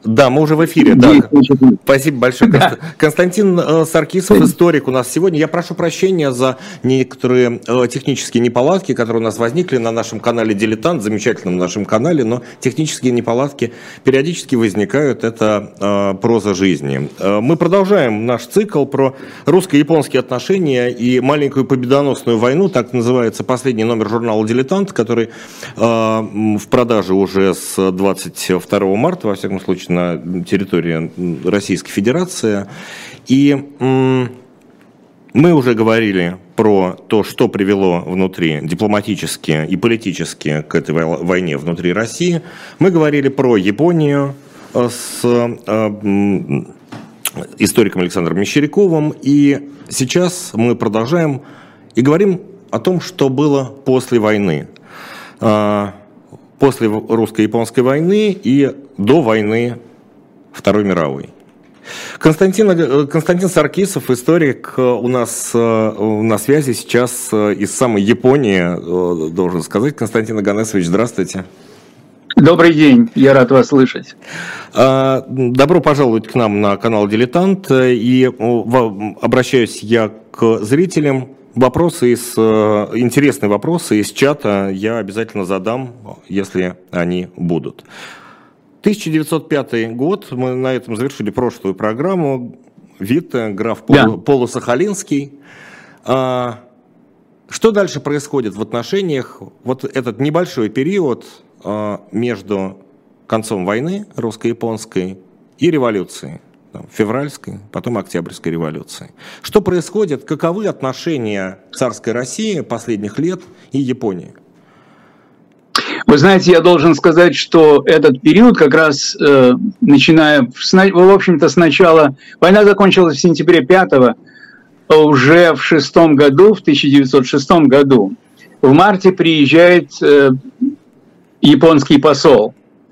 Да, мы уже в эфире. Да. Спасибо большое. Да. Константин Саркисов, историк у нас сегодня. Я прошу прощения за некоторые технические неполадки, которые у нас возникли на нашем канале «Дилетант», замечательном нашем канале, но технические неполадки периодически возникают. Это проза жизни. Мы продолжаем наш цикл про русско-японские отношения и маленькую победоносную войну. Так называется последний номер журнала «Дилетант», который в продаже уже с 22 марта, во всяком случае, на территории Российской Федерации. И мы уже говорили про то, что привело внутри дипломатически и политически к этой войне внутри России. Мы говорили про Японию с историком Александром Мещеряковым. И сейчас мы продолжаем и говорим о том, что было после войны. После русско-японской войны и до войны Второй мировой. Константин Саркисов, историк, у нас на связи сейчас из самой Японии, должен сказать. Константин Оганесович, здравствуйте. Добрый день, я рад вас слышать. Добро пожаловать к нам на канал «Дилетант». И обращаюсь я к зрителям. Интересные вопросы из чата я обязательно задам, если они будут. 1905 год, мы на этом завершили прошлую программу. Витте, граф Полусахалинский. Что дальше происходит в отношениях, вот этот небольшой период между концом войны русско-японской и революцией? Февральской, потом Октябрьской революции. Что происходит? Каковы отношения царской России последних лет и Японии? Вы знаете, я должен сказать, что этот период как раз, начиная, в общем-то, сначала, война закончилась в сентябре 5-го, уже в 1906 году, в марте приезжает японский посол.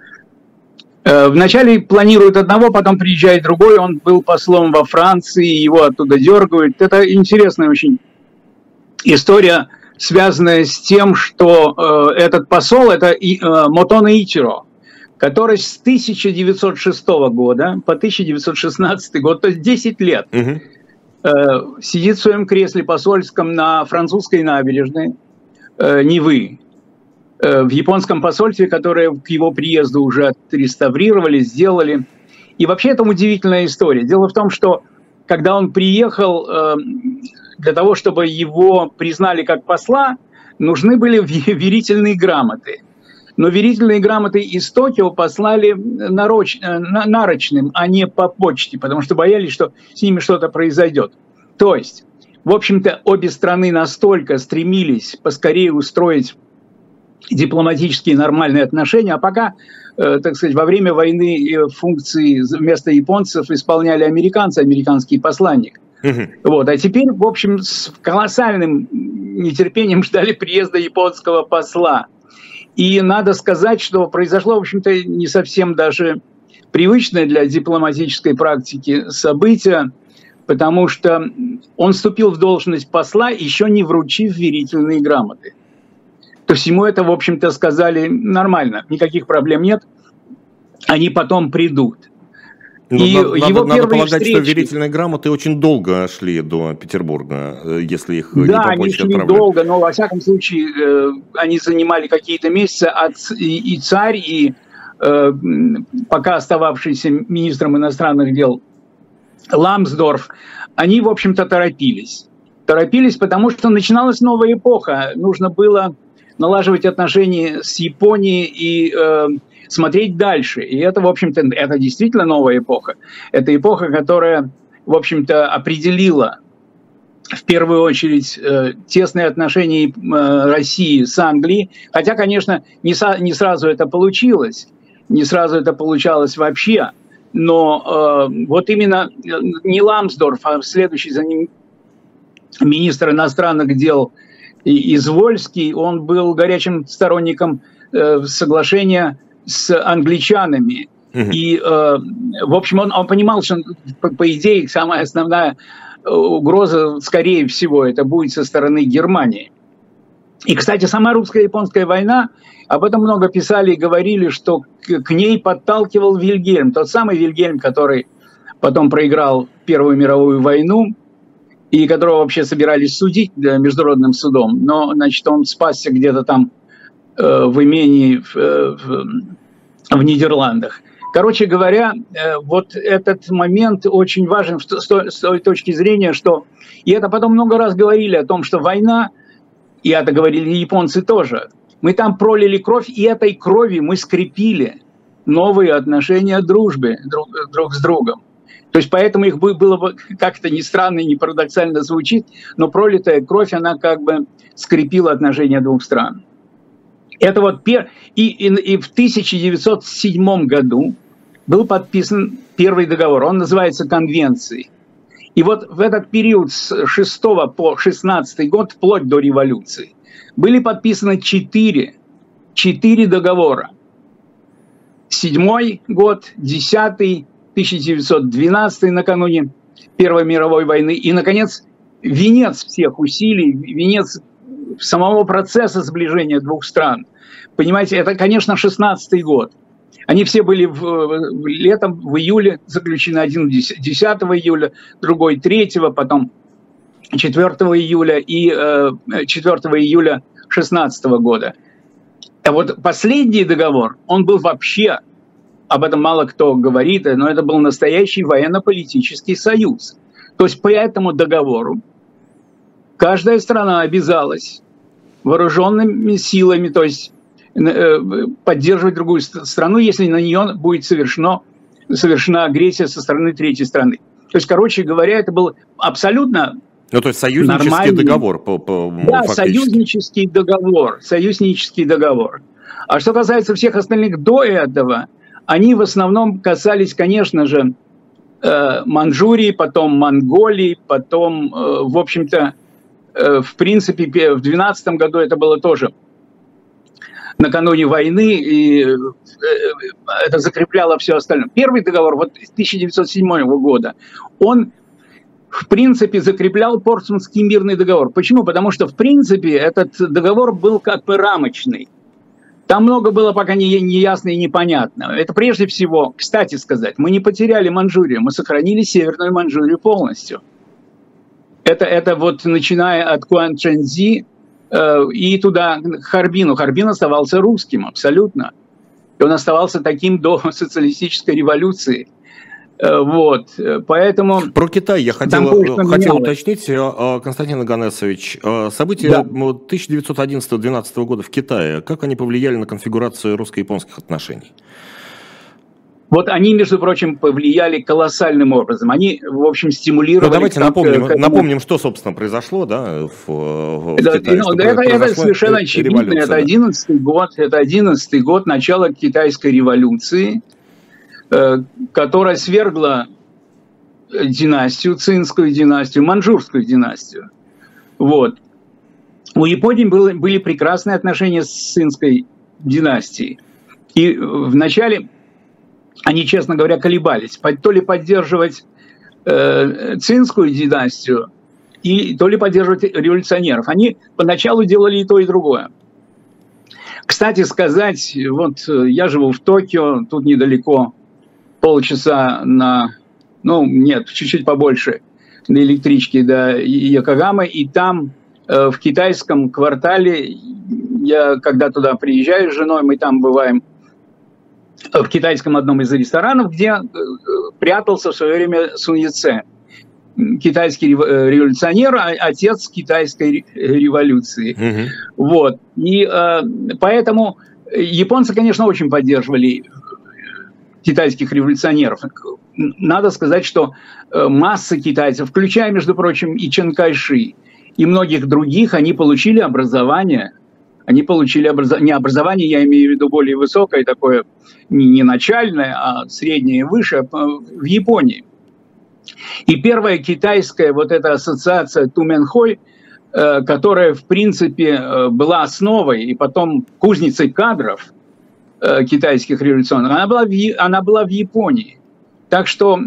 Вначале планируют одного, потом приезжает другой, он был послом во Франции, его оттуда дергают. Это интересная очень история, связанная с тем, что этот посол, это Мотоно Ичиро, который с 1906 года по 1916 год, то есть 10 лет, сидит в своем кресле посольском на французской набережной Невы, в японском посольстве, которое к его приезду уже отреставрировали, сделали. И вообще это удивительная история. Дело в том, что когда он приехал, для того, чтобы его признали как посла, нужны были верительные грамоты. Но верительные грамоты из Токио послали нарочным, а не по почте, потому что боялись, что с ними что-то произойдет. То есть, в общем-то, обе страны настолько стремились поскорее устроить дипломатические нормальные отношения, а пока, так сказать, во время войны функции вместо японцев исполняли американцы, американский посланник. Вот. А теперь, в общем, с колоссальным нетерпением ждали приезда японского посла. И надо сказать, что произошло, в общем-то, не совсем даже привычное для дипломатической практики событие, потому что он вступил в должность посла, еще не вручив верительные грамоты. То есть ему это, в общем-то, сказали нормально, никаких проблем нет, они потом придут. И надо полагать, что верительные грамоты очень долго шли до Петербурга, если их не по почте отправляли. Да, они шли долго, но во всяком случае они занимали какие-то месяцы, и царь, и пока остававшийся министром иностранных дел Ламсдорф, они, в общем-то, торопились. Торопились, потому что начиналась новая эпоха, нужно было налаживать отношения с Японией и смотреть дальше. И это, в общем-то, это действительно новая эпоха. Это эпоха, которая, в общем-то, определила в первую очередь тесные отношения России с Англией. Хотя, конечно, не сразу это получилось. Не сразу это получалось вообще. Но вот именно не Ламсдорф, а следующий за ним министр иностранных дел Извольский, он был горячим сторонником соглашения с англичанами. И, в общем, он понимал, что, по идее, самая основная угроза, скорее всего, это будет со стороны Германии. И, кстати, сама русско-японская война, об этом много писали и говорили, что к ней подталкивал Вильгельм, тот самый Вильгельм, который потом проиграл Первую мировую войну, и которого вообще собирались судить международным судом, но, значит, он спасся где-то там в имении в Нидерландах. Короче говоря, вот этот момент очень важен с той точки зрения, что... И это потом много раз говорили о том, что война, и это говорили японцы тоже, мы там пролили кровь, и этой крови мы скрепили новые отношения дружбы друг с другом. То есть поэтому их было бы как-то ни странно, ни парадоксально звучит, но пролитая кровь, она как бы скрепила отношения двух стран. Это вот и в 1907 году был подписан первый договор, он называется Конвенцией. И вот в этот период с 6 по 16 год, вплоть до революции, были подписаны 4 договора. 7 год, 10-й, 1912 накануне Первой мировой войны. И, наконец, венец всех усилий, венец самого процесса сближения двух стран. Понимаете, это, конечно, 16-й год. Они все были летом, в июле заключены, один 10 июля, другой 3, потом 4 июля и 4 июля 16 года. А вот последний договор, он был вообще, об этом мало кто говорит, но это был настоящий военно-политический союз. То есть по этому договору каждая страна обязалась вооруженными силами, то есть поддерживать другую страну, если на нее будет совершена агрессия со стороны третьей страны. То есть, короче говоря, это был абсолютно то есть союзнический нормальный договор. Да, союзнический договор. А что касается всех остальных до этого, они в основном касались, конечно же, Манчжурии, потом Монголии, потом, в общем-то, в принципе, в 12 году это было тоже накануне войны, и это закрепляло все остальное. Первый договор, вот 1907 года, он, в принципе, закреплял Портсмутский мирный договор. Почему? Потому что, в принципе, этот договор был как бы рамочный. Там много было пока неясно и непонятно. Это прежде всего, кстати сказать, мы не потеряли Манчжурию, мы сохранили Северную Манчжурию полностью. Это вот начиная от Куанчжэнзи и туда, к Харбину. Харбин оставался русским абсолютно. И он оставался таким до социалистической революции. Вот, поэтому... Про Китай я хотел уточнить, Константин Оганесович, события 1911-12 года в Китае, как они повлияли на конфигурацию русско-японских отношений? Вот они, между прочим, повлияли колоссальным образом. Они, в общем, стимулировали... Давайте напомним, что, собственно, произошло, да, в Китае. Это совершенно очевидно. Это 11-й год, начало китайской революции, которая свергла династию, цинскую династию, манчжурскую династию. Вот. У Японии были прекрасные отношения с цинской династией. И вначале они, честно говоря, колебались. То ли поддерживать цинскую династию, то ли поддерживать революционеров. Они поначалу делали и то, и другое. Кстати сказать, вот я живу в Токио, тут недалеко, полчаса чуть-чуть побольше на электричке до Йокогамы, и там в китайском квартале, я когда туда приезжаю с женой, мы там бываем, в китайском одном из ресторанов, где прятался в свое время Сун Яцен, китайский революционер, отец китайской революции. Mm-hmm. Вот. И поэтому японцы, конечно, очень поддерживали китайских революционеров. Надо сказать, что масса китайцев, включая, между прочим, и Чан Кайши, и многих других, они получили образование. Они получили не образование, я имею в виду более высокое, такое не начальное, а среднее и выше в Японии. И первая китайская вот эта ассоциация Туменхой, которая, в принципе, была основой и потом кузницей кадров китайских революционеров, она была в Японии. Так что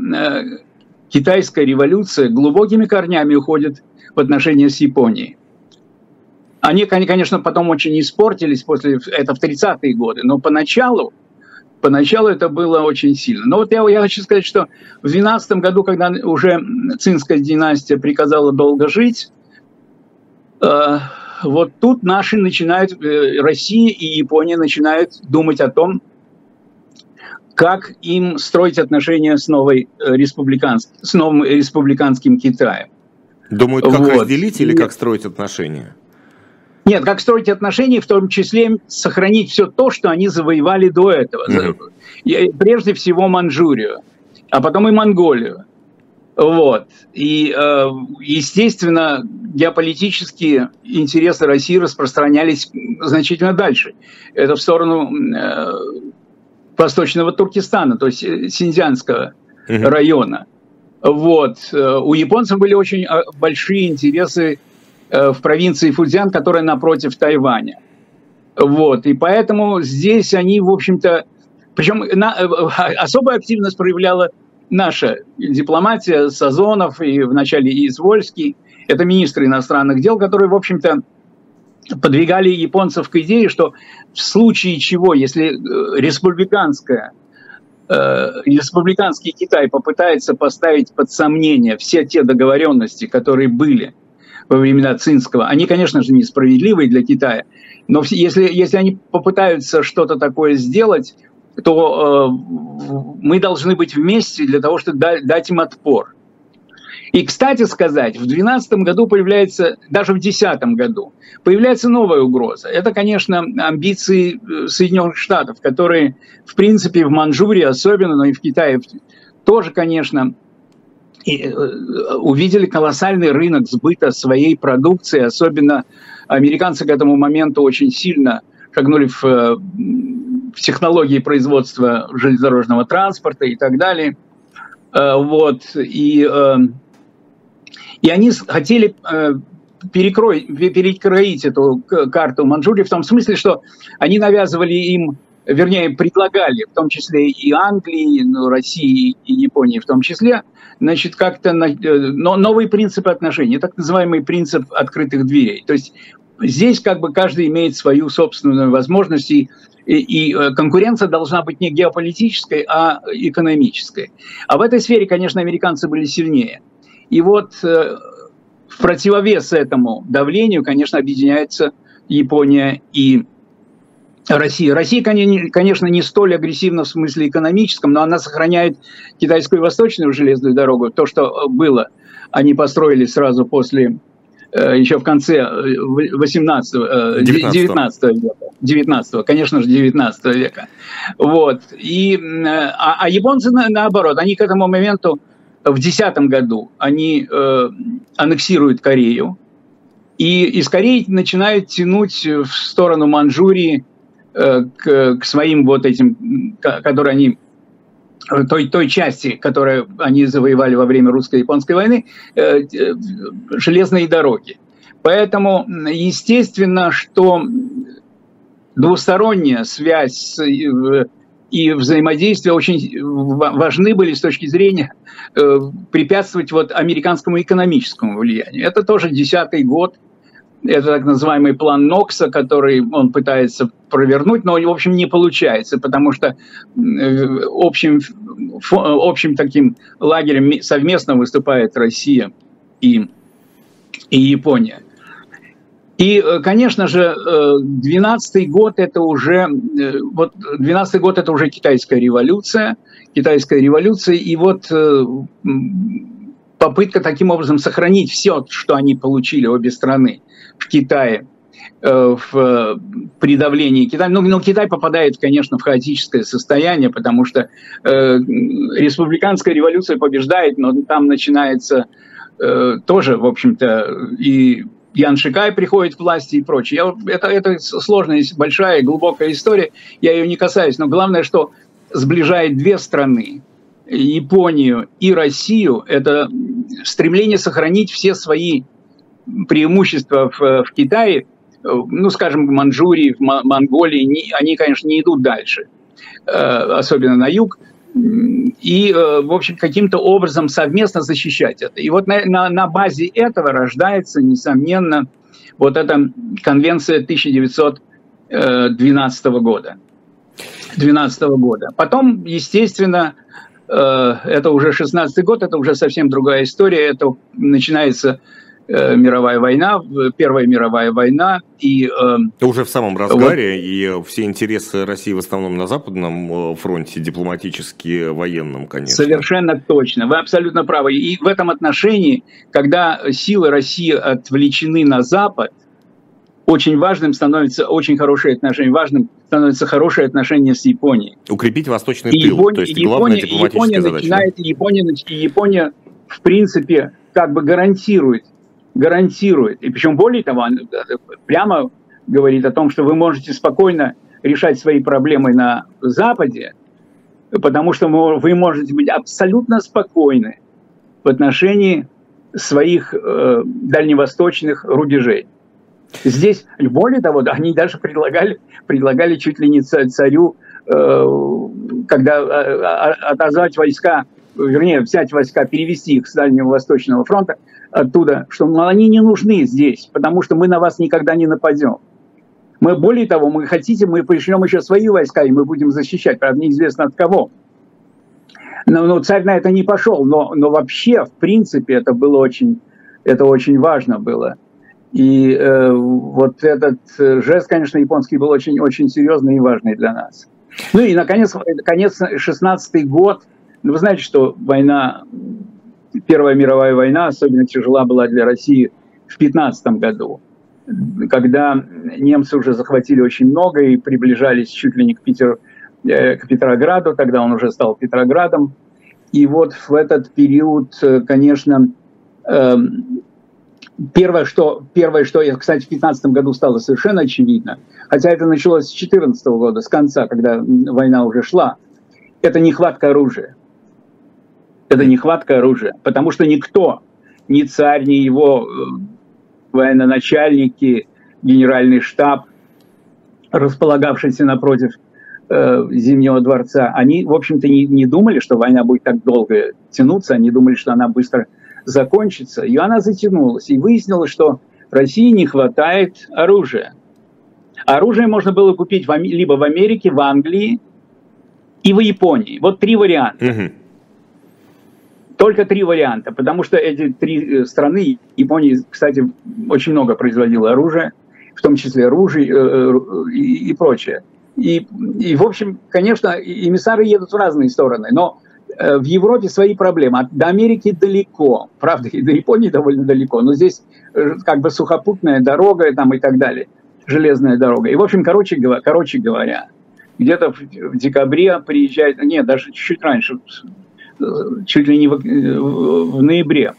китайская революция глубокими корнями уходит в отношения с Японией. Они, конечно, потом очень испортились это в 30-е годы, но поначалу это было очень сильно. Но вот я хочу сказать, что в 12 году, когда уже цинская династия приказала долго жить, вот тут Россия и Япония начинают думать о том, как им строить отношения с новым республиканским Китаем. Думают, как разделить или как строить отношения? Нет, как строить отношения, в том числе сохранить все то, что они завоевали до этого. Прежде всего Манчжурию, а потом и Монголию. Вот. И, естественно, геополитические интересы России распространялись значительно дальше. Это в сторону восточного Туркестана, то есть Синьцзянского района. Вот. У японцев были очень большие интересы в провинции Фуцзян, которая напротив Тайваня. Вот. И поэтому здесь они, в общем-то... Причем особую активность проявляла наша дипломатия, Сазонов и вначале Извольский. Это министры иностранных дел, которые, в общем-то, подвигали японцев к идее, что в случае чего, если республиканский Китай попытается поставить под сомнение все те договоренности, которые были во времена Цинского, они, конечно же, несправедливые для Китая, но если они попытаются что-то такое сделать, то мы должны быть вместе для того, чтобы дать им отпор. И, кстати сказать, в 2012 году появляется, даже в 2010 году, появляется новая угроза. Это, конечно, амбиции Соединенных Штатов, которые, в принципе, в Манчжурии особенно, но и в Китае тоже, конечно, увидели колоссальный рынок сбыта своей продукции. Особенно американцы к этому моменту очень сильно шагнули в технологии производства железнодорожного транспорта и так далее. Вот. И они хотели перекроить эту карту Манчжурии в том смысле, что они навязывали им, вернее, предлагали, в том числе и Англии, России и Японии в том числе, значит, как-то новые принципы отношений, так называемый принцип открытых дверей. То есть здесь как бы каждый имеет свою собственную возможность, и конкуренция должна быть не геополитической, а экономической. А в этой сфере, конечно, американцы были сильнее. И вот в противовес этому давлению, конечно, объединяются Япония и Россия. Россия, конечно, не столь агрессивна в смысле экономическом, но она сохраняет китайскую восточную железную дорогу. То, что было, они построили сразу после, еще в конце 19 века. 19, конечно же, 19 века. Вот. А японцы, наоборот, они к этому моменту, в 2010 году, они аннексируют Корею, и из Кореи начинают тянуть в сторону Манчжурии к своим вот этим, которые они, той части, которую они завоевали во время русско-японской войны, железные дороги. Поэтому, естественно, что двусторонняя связь и взаимодействие очень важны были с точки зрения препятствовать вот американскому экономическому влиянию. Это тоже 2010 год, это так называемый план Нокса, который он пытается провернуть, но, в общем, не получается, потому что общим таким лагерем совместно выступает Россия и Япония. И, конечно же, 12-й год это уже, вот 12-й год это уже китайская революция, и вот попытка таким образом сохранить все, что они получили, обе страны, в Китае, в подавлении Китая. Но Китай попадает, конечно, в хаотическое состояние, потому что республиканская революция побеждает, но там начинается тоже, в общем-то, и Ян Шикай приходит к власти и прочее. Это сложная, большая, глубокая история, я ее не касаюсь, но главное, что сближает две страны, Японию и Россию, это стремление сохранить все свои преимущества в Китае, ну, скажем, в Манчжурии, в Монголии, они, конечно, не идут дальше, особенно на юг, и, в общем, каким-то образом совместно защищать это. И вот на базе этого рождается, несомненно, Вот это конвенция 1912 года. Потом, естественно, это уже 16-й год, это уже совсем другая история. Это начинается мировая война, Первая мировая война. И, уже в самом разгаре, вот, и все интересы России в основном на Западном фронте, дипломатически, военном, конечно. Совершенно точно, вы абсолютно правы. И в этом отношении, когда силы России отвлечены на Запад, очень важным становится очень хорошее отношение, важным становится хорошее отношение с Японией. Укрепить восточный тыл, то есть главная дипломатическая задача. Япония, в принципе, как бы гарантирует, и причем более того, прямо говорит о том, что вы можете спокойно решать свои проблемы на Западе, потому что вы можете быть абсолютно спокойны в отношении своих дальневосточных рубежей. Здесь, более того, они даже предлагали чуть ли не царю, когда отозвать войска, вернее, взять войска, перевести их с Дальнего Восточного фронта оттуда, что они не нужны здесь, потому что мы на вас никогда не нападем. Более того, мы пришлем еще свои войска, и мы будем защищать, правда, неизвестно от кого. Но царь на это не пошел, но вообще, в принципе, это очень важно было. И вот этот жест, конечно, японский был очень серьезный и важный для нас. Ну и, наконец, 16-й год. Вы знаете, что Первая мировая война особенно тяжела была для России в 15 году, когда немцы уже захватили очень много и приближались чуть ли не к Петрограду, тогда он уже стал Петроградом. И вот в этот период, конечно, первое, что, кстати, в 15 году стало совершенно очевидно, хотя это началось с 14 года, с конца, когда война уже шла, это нехватка оружия. Потому что никто, ни царь, ни его военачальники, генеральный штаб, располагавшийся напротив Зимнего дворца, они, в общем-то, не думали, что война будет так долго тянуться, они думали, что она быстро закончится, и она затянулась. И выяснилось, что России не хватает оружия. Оружие можно было купить либо в Америке, в Англии и в Японии. Вот 3 варианта. Угу. Только 3 варианта, потому что эти 3 страны, Япония, кстати, очень много производила оружия, в том числе оружие и прочее. И, в общем, конечно, эмиссары едут в разные стороны, но в Европе свои проблемы. До Америки далеко, правда, и до Японии довольно далеко, но здесь как бы сухопутная дорога там, и так далее, железная дорога. И, в общем, короче говоря, где-то в декабре приезжает, нет, даже чуть раньше, чуть ли не в ноябре,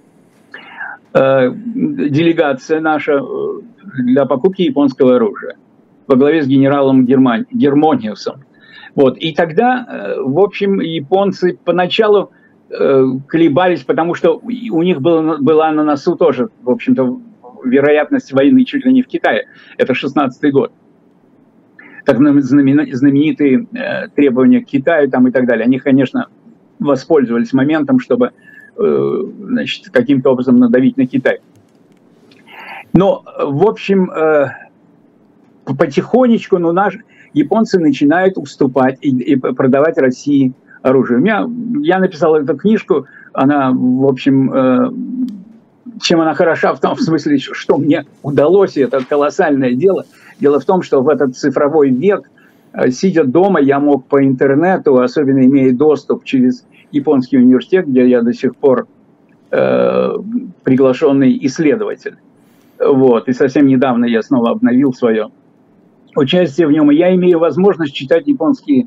делегация наша для покупки японского оружия во главе с генералом Гермониусом. Вот. И тогда, в общем, японцы поначалу колебались, потому что у них была на носу тоже, в общем-то, вероятность войны чуть ли не в Китае. Это 16-й год. Так знаменитые требования к Китаю там, и так далее. Они, конечно, воспользовались моментом, чтобы каким-то образом надавить на Китай. Но, в общем, потихонечку, японцы начинают уступать и продавать России оружие. Я написал эту книжку, она, в общем, чем она хороша, в том смысле, что мне удалось, и это колоссальное дело. Дело в том, что в этот цифровой век, сидя дома, я мог по интернету, особенно имея доступ через японский университет, где я до сих пор приглашенный исследователь. Вот. И совсем недавно я снова обновил свое участие в нем, и я имею возможность читать японские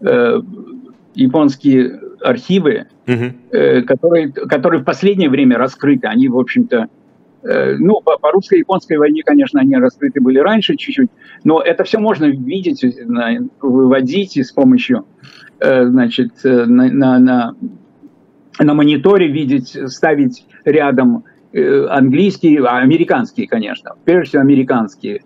архивы, которые в последнее время раскрыты. Они, в общем-то, по русско-японской войне, конечно, они раскрыты были раньше чуть-чуть, но это все можно видеть, выводить и с помощью, на мониторе видеть, ставить рядом английские, американские, конечно, прежде всего американские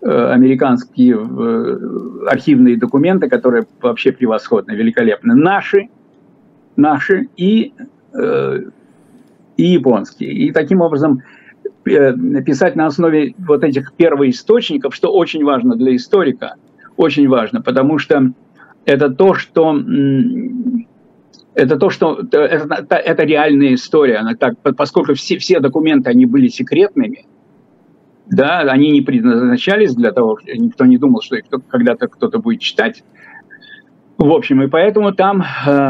архивные документы, которые вообще превосходны, великолепны. Наши и японские. И таким образом писать на основе вот этих первоисточников, что очень важно для историка, очень важно, потому что это реальная история, она так, поскольку все документы, они были секретными, да, они не предназначались для того, никто не думал, что их когда-то кто-то будет читать, в общем, и поэтому там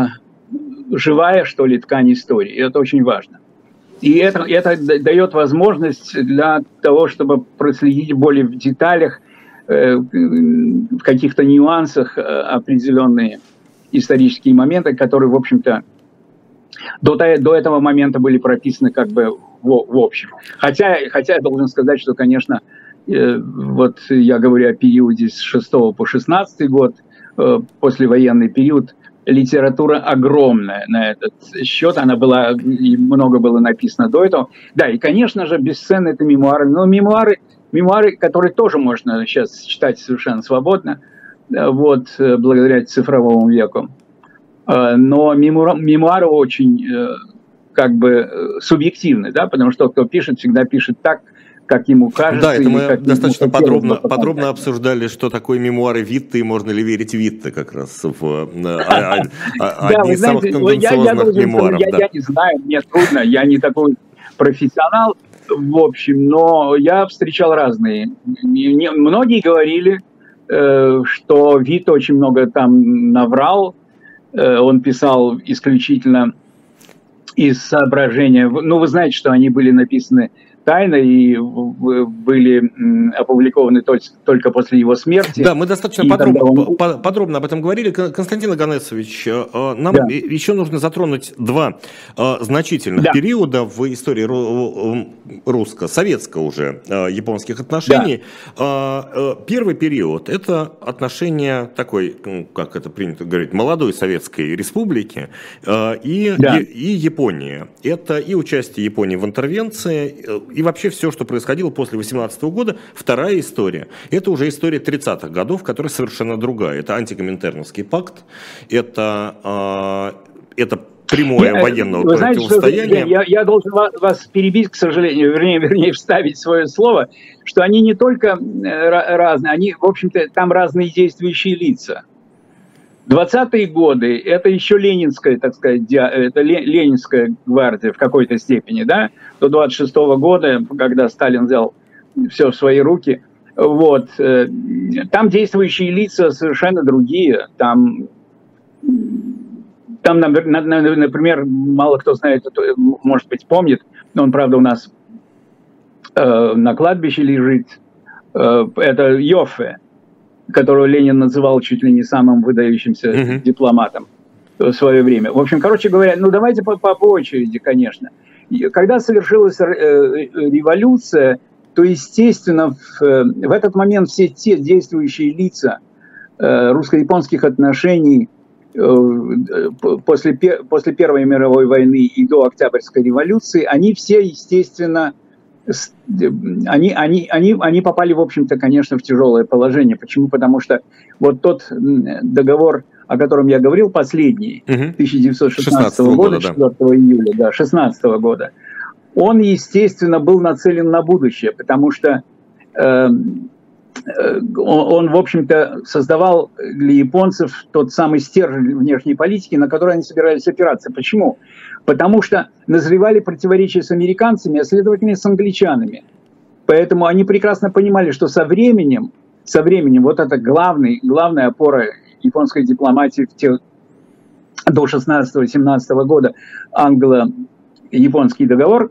живая, что ли, ткань истории, и это очень важно. И это дает возможность для того, чтобы проследить более в деталях, в каких-то нюансах определенные исторические моменты, которые, в общем-то, до этого момента были прописаны как бы в общем. Хотя я должен сказать, что, конечно, вот я говорю о периоде с 6 по 16 год, послевоенный период, литература огромная на этот счет, она была, и много было написано до этого. Да, и, конечно же, бесценны это мемуары, но мемуары, которые тоже можно сейчас читать совершенно свободно, вот, благодаря цифровому веку. Но мемуары очень, как бы, субъективны, да, потому что кто пишет, всегда пишет так, как ему кажется. Да, это мы достаточно подробно обсуждали, что такое мемуары Витте, и можно ли верить Витте как раз в одни из самых тенденциозных мемуаров. Я не знаю, мне трудно, я не такой профессионал, в общем, но я встречал разные. Многие говорили, что Витте очень много там наврал, он писал исключительно из соображения, ну, вы знаете, что они были написаны тайно и были опубликованы только после его смерти. Да, мы достаточно подробно об этом говорили. Константин Оганесович, нам еще нужно затронуть два значительных периода в истории русско-советско уже японских отношений. Первый период – это отношения такой, как это принято говорить, молодой Советской Республики и Японии. Это и участие Японии в интервенции, и вообще все, что происходило после 18 года. Вторая история. Это уже история 30-х годов, которая совершенно другая. Это антикоминтерновский пакт. Это прямое военное противостояние. Знаете, я должен вас перебить, к сожалению, вернее вставить свое слово, что они не только разные, они, в общем-то, там разные действующие лица. 20-е годы – это еще ленинская, так сказать, это ленинская гвардия в какой-то степени, да, до 26-го года, когда Сталин взял все в свои руки. Вот. Там действующие лица совершенно другие. Там, например, мало кто знает, может быть, помнит, но он, правда, у нас на кладбище лежит. Это Йоффе, которого Ленин называл чуть ли не самым выдающимся дипломатом в свое время. В общем, короче говоря, ну давайте по очереди, конечно. Когда совершилась революция, то, естественно, в этот момент все те действующие лица русско-японских отношений после Первой мировой войны и до Октябрьской революции, они все, естественно, они попали, в общем-то, конечно, в тяжелое положение. Почему? Потому что вот тот договор, о котором я говорил, последний, 1916 года, 4 июля, 16 года, он, естественно, был нацелен на будущее, потому что он, в общем-то, создавал для японцев тот самый стержень внешней политики, на который они собирались опираться. Почему? Потому что назревали противоречия с американцами, а следовательно, с англичанами. Поэтому они прекрасно понимали, что со временем вот это главная опора японской дипломатии до 16-17 года, англо-японский договор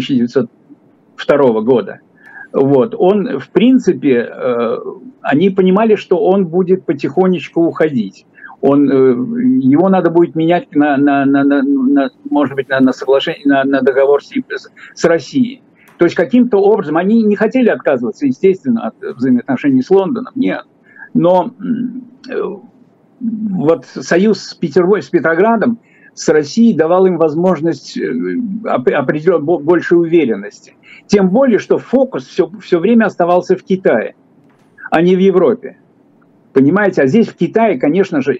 1902 года, вот, он, в принципе, они понимали, что он будет потихонечку уходить. Его надо будет менять может быть, на соглашение, на договор с Россией. То есть каким-то образом они не хотели отказываться, естественно, от взаимоотношений с Лондоном, нет. Но вот союз с Петроградом, с Россией давал им возможность определенной большей уверенности. Тем более, что фокус все время оставался в Китае, а не в Европе. Понимаете, а здесь в Китае, конечно же,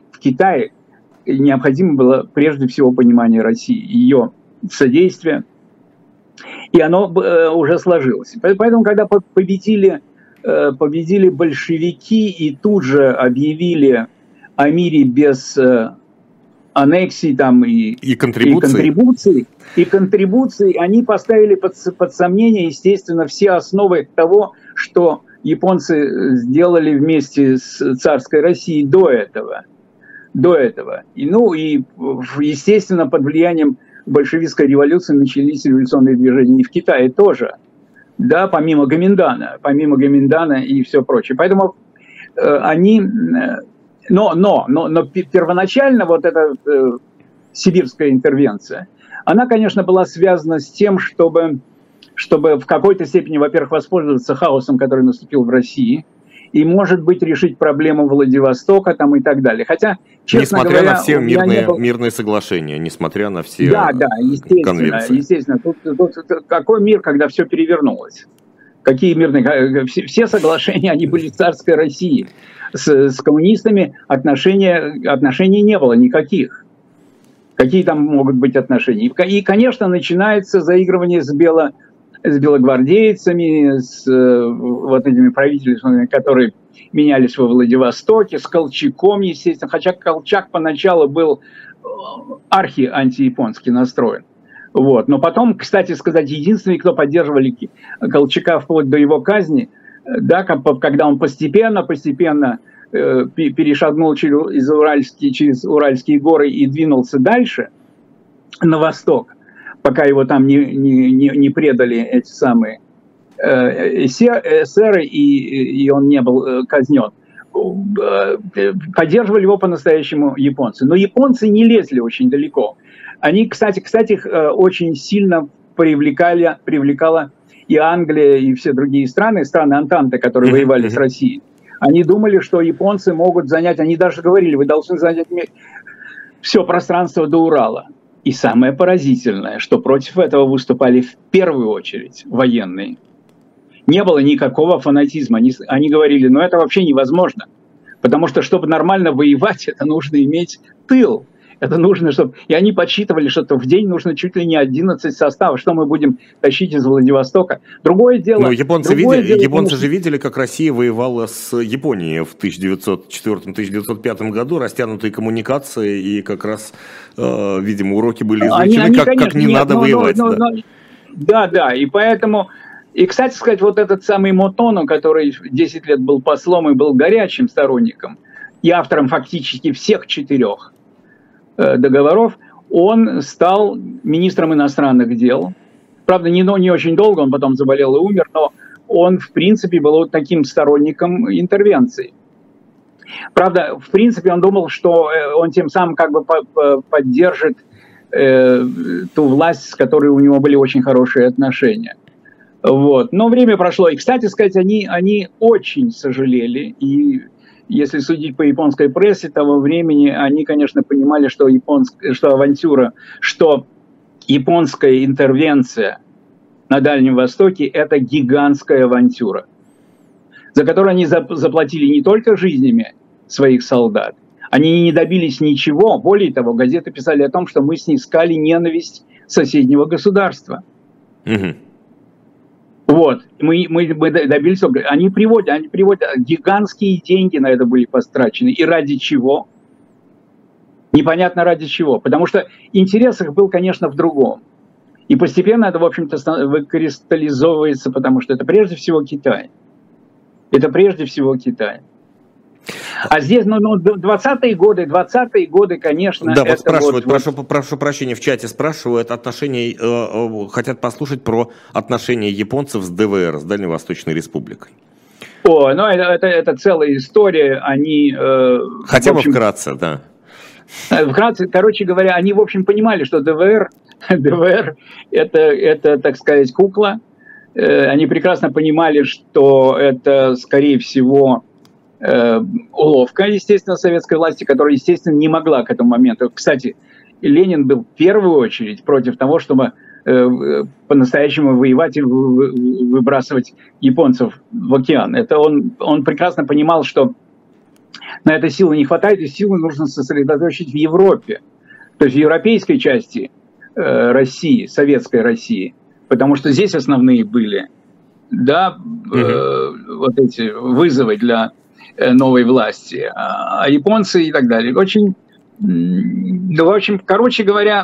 необходимо было прежде всего понимание России, ее содействие, И оно уже сложилось. Поэтому, когда победили большевики и тут же объявили о мире без аннексий там, и контрибуций, они поставили под сомнение, естественно, все основы того, что японцы сделали вместе с царской Россией до этого. И, естественно, под влиянием большевистской революции начались революционные движения и в Китае тоже. Да, помимо Гоминдана и все прочее. Поэтому они... Но первоначально вот эта сибирская интервенция, она, конечно, была связана с тем, чтобы в какой-то степени, во-первых, воспользоваться хаосом, который наступил в России, и, может быть, решить проблему Владивостока там и так далее. Хотя, честно несмотря говоря, на все мирные соглашения, несмотря на все конвенции. Естественно. Тут какой мир, когда все перевернулось? Какие мирные... Все соглашения, они были в царской России. С коммунистами отношений не было никаких. Какие там могут быть отношения? И, конечно, начинается заигрывание с белогвардейцами, с вот этими правительствами, которые менялись во Владивостоке, с Колчаком, естественно. Хотя Колчак поначалу был архи-антияпонски настроен. Вот. Но потом, кстати сказать, единственный, кто поддерживали Колчака вплоть до его казни, да, когда он постепенно перешагнул через Уральские горы и двинулся дальше, на восток, пока его там не предали эти самые эсеры, и он не был казнен. Поддерживали его по-настоящему японцы. Но японцы не лезли очень далеко. Они, кстати, их очень сильно привлекала и Англия, и все другие страны Антанты, которые воевали с Россией. Они думали, что японцы могут занять, они даже говорили, вы должны занять все пространство до Урала. И самое поразительное, что против этого выступали в первую очередь военные. Не было никакого фанатизма. Они говорили, это вообще невозможно. Потому что, чтобы нормально воевать, это нужно иметь тыл. Это нужно, чтобы... И они подсчитывали, что в день нужно чуть ли не 11 составов. Что мы будем тащить из Владивостока? Другое дело... Но японцы же видели, как Россия воевала с Японией в 1904-1905 году, растянутые коммуникации, и как раз, видимо, уроки были извлечены, как не надо воевать. Да, и поэтому... И, кстати сказать, вот этот самый Мотоно, который 10 лет был послом и был горячим сторонником, и автором фактически всех 4 договоров, он стал министром иностранных дел. Правда, не очень долго, он потом заболел и умер, но он, в принципе, был вот таким сторонником интервенции. Правда, в принципе, он думал, что он тем самым как бы поддержит ту власть, с которой у него были очень хорошие отношения. Вот. Но время прошло. И, кстати сказать, они очень сожалели. И если судить по японской прессе того времени, они, конечно, понимали, что авантюра, что японская интервенция на Дальнем Востоке – это гигантская авантюра, за которую они заплатили не только жизнями своих солдат, они не добились ничего. Более того, газеты писали о том, что мы снискали ненависть соседнего государства. Вот, мы добились, они приводят гигантские деньги на это были потрачены. И ради чего? Непонятно ради чего. Потому что интерес их был, конечно, в другом. И постепенно это, в общем-то, выкристаллизовывается, потому что это прежде всего Китай. А здесь, 20-е годы, конечно... Да, вот спрашивают, прошу прощения, в чате спрашивают хотят послушать про отношения японцев с ДВР, с Дальневосточной Республикой. Это целая история, они... Хотя бы вкратце, да. Вкратце, короче говоря, они, в общем, понимали, что ДВР это, так сказать, кукла. Они прекрасно понимали, что это, скорее всего... уловка, естественно, советской власти, которая, естественно, не могла к этому моменту. Кстати, Ленин был в первую очередь против того, чтобы по-настоящему воевать и выбрасывать японцев в океан. Это он прекрасно понимал, что на это силы не хватает, и силы нужно сосредоточить в Европе. То есть в европейской части России, советской России. потому что здесь основные были, да, вот эти вызовы для новой власти, а японцы и так далее. Очень, да, в общем, короче говоря,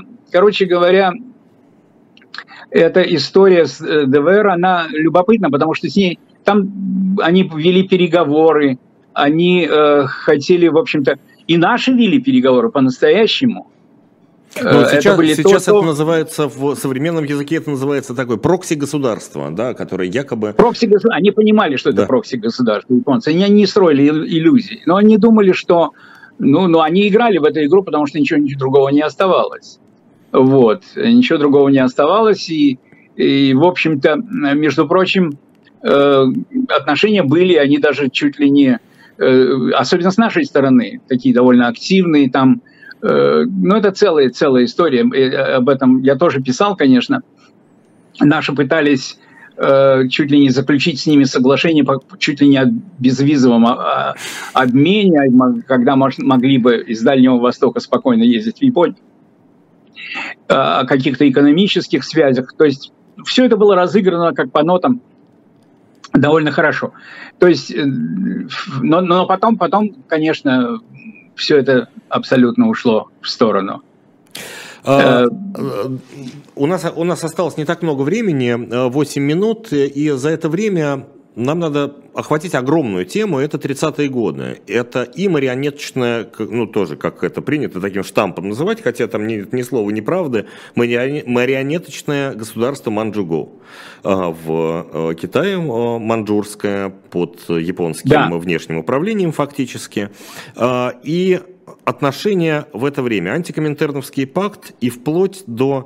эта история с ДВР, она любопытна, потому что с ней там они вели переговоры, они хотели, в общем-то, и наши вели переговоры по-настоящему. Ну, сейчас это называется, в современном языке это называется такое прокси-государство, да, которое якобы... Прокси-государство, они понимали, что это прокси-государство, японцы, они не строили иллюзий, но они думали, что, ну, они играли в эту игру, потому что ничего другого не оставалось. Вот, ничего другого не оставалось, и в общем-то, между прочим, отношения были, они даже чуть ли не, особенно с нашей стороны, такие довольно активные там, ну, это целая история, об этом я тоже писал, конечно. Наши пытались чуть ли не заключить с ними соглашение, чуть ли не о безвизовом обмене, когда могли бы из Дальнего Востока спокойно ездить в Японию, о каких-то экономических связях. То есть все это было разыграно как по нотам довольно хорошо. То есть, но потом, конечно, все это абсолютно ушло в сторону. У нас осталось не так много времени, 8 минут, и за это время нам надо охватить огромную тему, это 30-е годы. Это и марионеточное, ну тоже, как это принято таким штампом называть, хотя там ни слова, ни правды, марионеточное государство Манчжоу в Китае, манчжурское, под японским внешним управлением фактически. И отношения в это время, антикоминтерновский пакт и вплоть до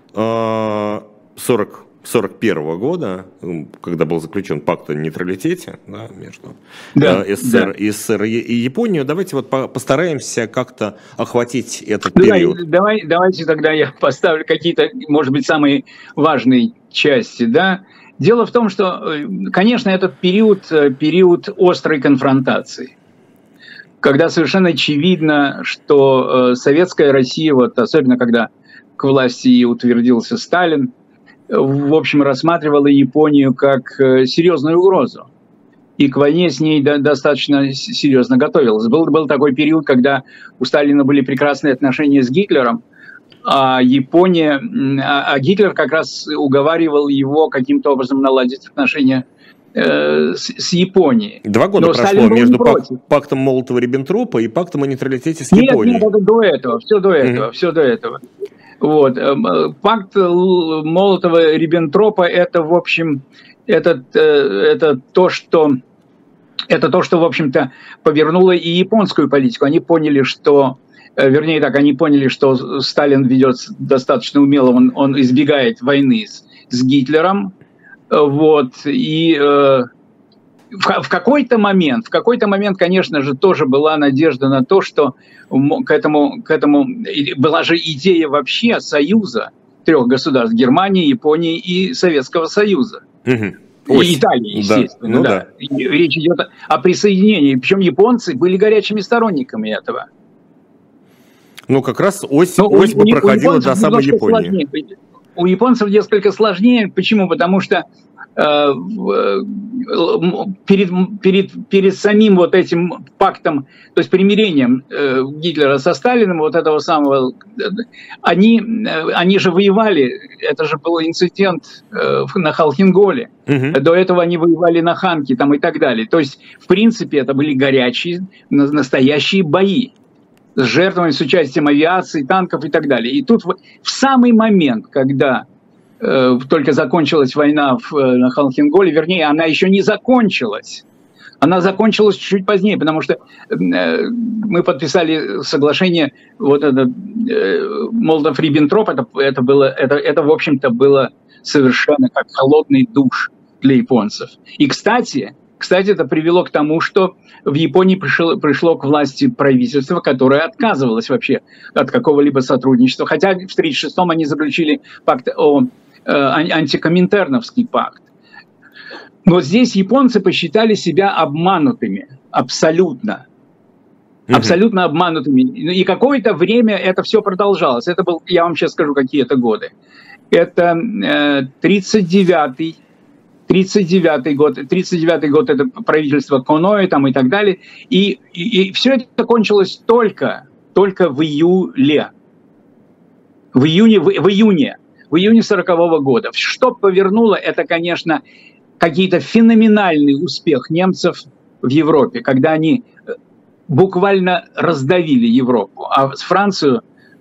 1941 года, когда был заключен пакт о нейтралитете, да, между СССР и Японией. Давайте вот постараемся как-то охватить этот период. Давайте тогда я поставлю какие-то, может быть, самые важные части. Да? Дело в том, что, конечно, этот период острой конфронтации, когда совершенно очевидно, что советская Россия, вот особенно когда к власти утвердился Сталин, в общем, рассматривала Японию как серьезную угрозу. И к войне с ней достаточно серьезно готовилась. Был такой период, когда у Сталина были прекрасные отношения с Гитлером, а Гитлер как раз уговаривал его каким-то образом наладить отношения с Японией. 2 года прошло между пактом Молотова-Риббентропа и пактом о нейтралитете с Японией. Нет, это до этого, все до этого. Вот. Пакт Молотова-Риббентропа – это, в общем, это то, что, в общем-то, повернуло и японскую политику. Они поняли, что, что Сталин ведет достаточно умело, он избегает войны с Гитлером. Вот. И в какой-то момент, конечно же, тоже была надежда на то, что к этому была же идея вообще союза 3 государств: Германии, Японии и Советского Союза. И Италии, естественно. Да. Речь идет о присоединении. Причем японцы были горячими сторонниками этого. Ну, как раз ось бы проходила до самой Японии. У японцев несколько сложнее. Почему? Потому что перед самим вот этим пактом, то есть примирением Гитлера со Сталиным, вот этого самого, они же воевали, это же был инцидент на Халхин-Голе, до этого они воевали на Ханке там и так далее. То есть, в принципе, это были горячие, настоящие бои с жертвами, с участием авиации, танков и так далее. И тут в самый момент, когда только закончилась война на Халхин-Голе, вернее, она еще не закончилась. Она закончилась чуть позднее, потому что мы подписали соглашение, вот это Молотов-Риббентроп, это, в общем-то, было совершенно как холодный душ для японцев. И, кстати, это привело к тому, что в Японии пришло к власти правительство, которое отказывалось вообще от какого-либо сотрудничества. Хотя в 1936-м они заключили пакт антикоминтерновский пакт. Но здесь японцы посчитали себя обманутыми. Абсолютно. Абсолютно обманутыми. И какое-то время это все продолжалось. Это был, я вам сейчас скажу, какие это годы. Это 39-й год. 39-й год это правительство Коноэ там и так далее. И все это кончилось только в июне 40-го года. Что повернуло, это, конечно, какой-то феноменальный успех немцев в Европе, когда они буквально раздавили Европу. А с Францией,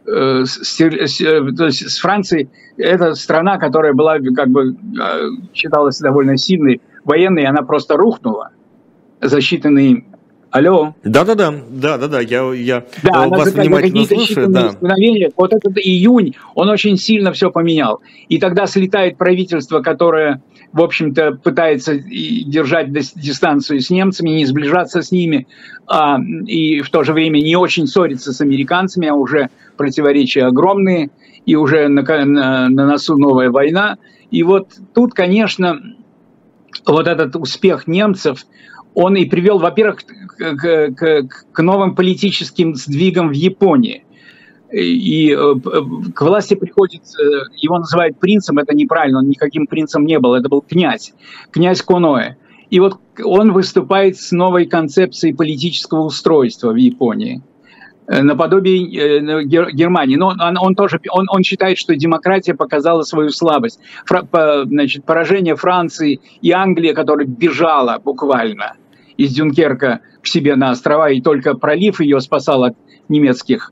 это страна, которая была, как бы, считалась довольно сильной военной, она просто рухнула за считанные... Алло? Да, я вас внимательно слушаю. Да. Вот этот июнь, он очень сильно все поменял. И тогда слетает правительство, которое, в общем-то, пытается держать дистанцию с немцами, не сближаться с ними, и в то же время не очень ссориться с американцами, а уже противоречия огромные, и уже на носу новая война. И вот тут, конечно, вот этот успех немцев, он и привел, во-первых, к новым политическим сдвигам в Японии. И к власти приходит, его называют принцем, это неправильно, он никаким принцем не был, это был князь Коноэ. И вот он выступает с новой концепцией политического устройства в Японии, наподобие Германии. Но он считает, что демократия показала свою слабость. Значит, поражение Франции и Англии, которая бежала буквально из Дюнкерка к себе на острова, и только пролив ее спасал от немецких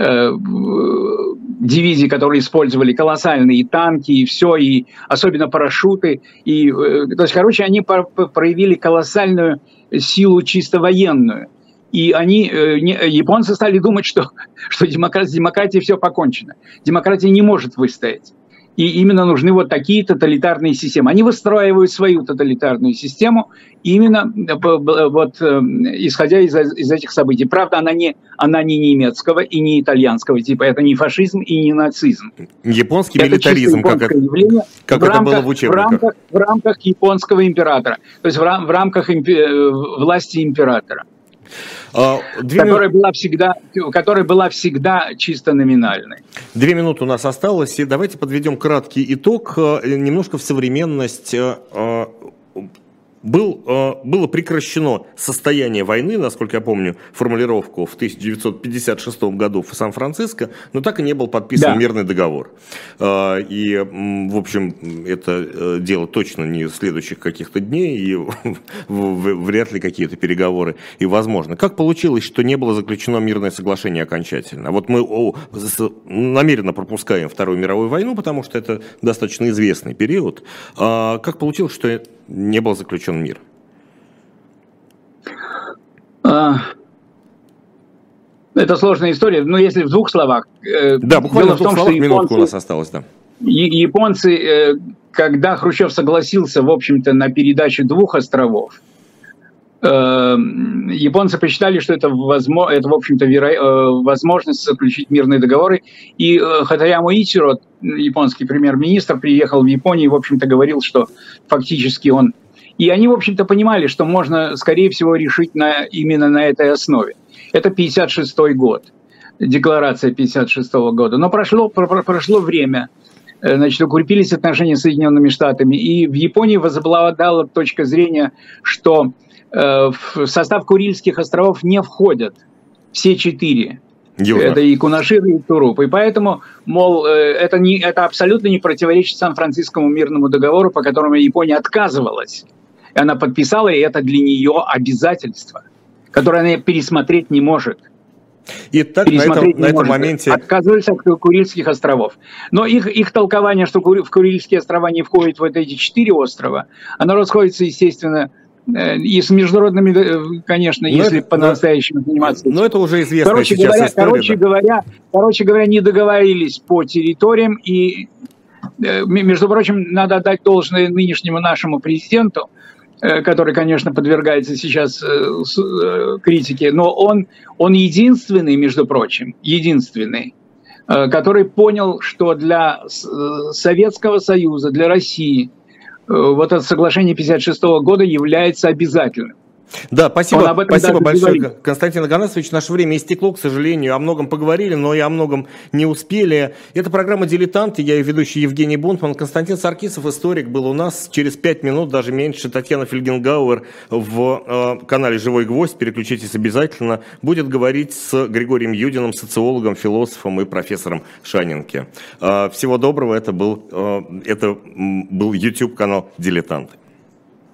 дивизий, которые использовали колоссальные танки и все, и особенно парашюты. То есть, короче, они проявили колоссальную силу чисто военную. И японцы стали думать, что с демократией все покончено. Демократия не может выстоять. И именно нужны вот такие тоталитарные системы. Они выстраивают свою тоталитарную систему именно вот, исходя из этих событий. Правда, она не немецкого и не итальянского типа. Это не фашизм и не нацизм. Японский милитаризм, как это было в учебниках. В рамках японского императора. То есть в рамках власти императора. Которая была всегда чисто номинальной. 2 минуты у нас осталось, и давайте подведем краткий итог. Немножко в современность. Было прекращено состояние войны, насколько я помню, формулировку в 1956 году в Сан-Франциско, но так и не был подписан мирный договор. И, в общем, это дело точно не следующих каких-то дней, и вряд ли какие-то переговоры и возможно. Как получилось, что не было заключено мирное соглашение окончательно? Вот мы намеренно пропускаем Вторую мировую войну, потому что это достаточно известный период. Как получилось, что не был заключен мир? Это сложная история, но если в 2 словах. Да, буквально в 2 словах, минутку у нас осталось, да. Японцы, когда Хрущев согласился, в общем-то, на передачу 2 островов, японцы посчитали, что это в общем-то, возможность заключить мирные договоры. И Хатаяма Ичиро, японский премьер-министр, приехал в Японию и, в общем-то, говорил, что фактически он... И они, в общем-то, понимали, что можно, скорее всего, решить именно на этой основе. Это 1956 год, декларация 1956 года. Но прошло время, значит, укрепились отношения с Соединенными Штатами, и в Японии возобладала точка зрения, что в состав Курильских островов не входят все 4. Это и Кунашир, и Туруп. И поэтому, мол, это абсолютно не противоречит Сан-Францискому мирному договору, по которому Япония отказывалась. И она подписала, и это для нее обязательство, которое она пересмотреть не может. И так на этом моменте... Отказывались от Курильских островов. Но их толкование, что в Курильские острова не входят вот эти 4 острова, оно расходится, естественно, и с международными, конечно, если по-настоящему заниматься. Но это уже известная сейчас история. Короче говоря, не договорились по территориям. И, между прочим, надо отдать должное нынешнему нашему президенту, который, конечно, подвергается сейчас критике, но он единственный, между прочим, который понял, что для Советского Союза, для России вот это соглашение 1956 года является обязательным. Да, спасибо большое, Константин Оганесович. Наше время истекло, к сожалению. О многом поговорили, но и о многом не успели. Это программа «Дилетант». Я ее ведущий Евгений Бунтман. Константин Саркисов, историк, был у нас. Через 5 минут, даже меньше, Татьяна Фельгенгауэр в канале «Живой гвоздь». Переключитесь обязательно. Будет говорить с Григорием Юдиным, социологом, философом и профессором Шанинке. Всего доброго. Это был YouTube-канал «Дилетант».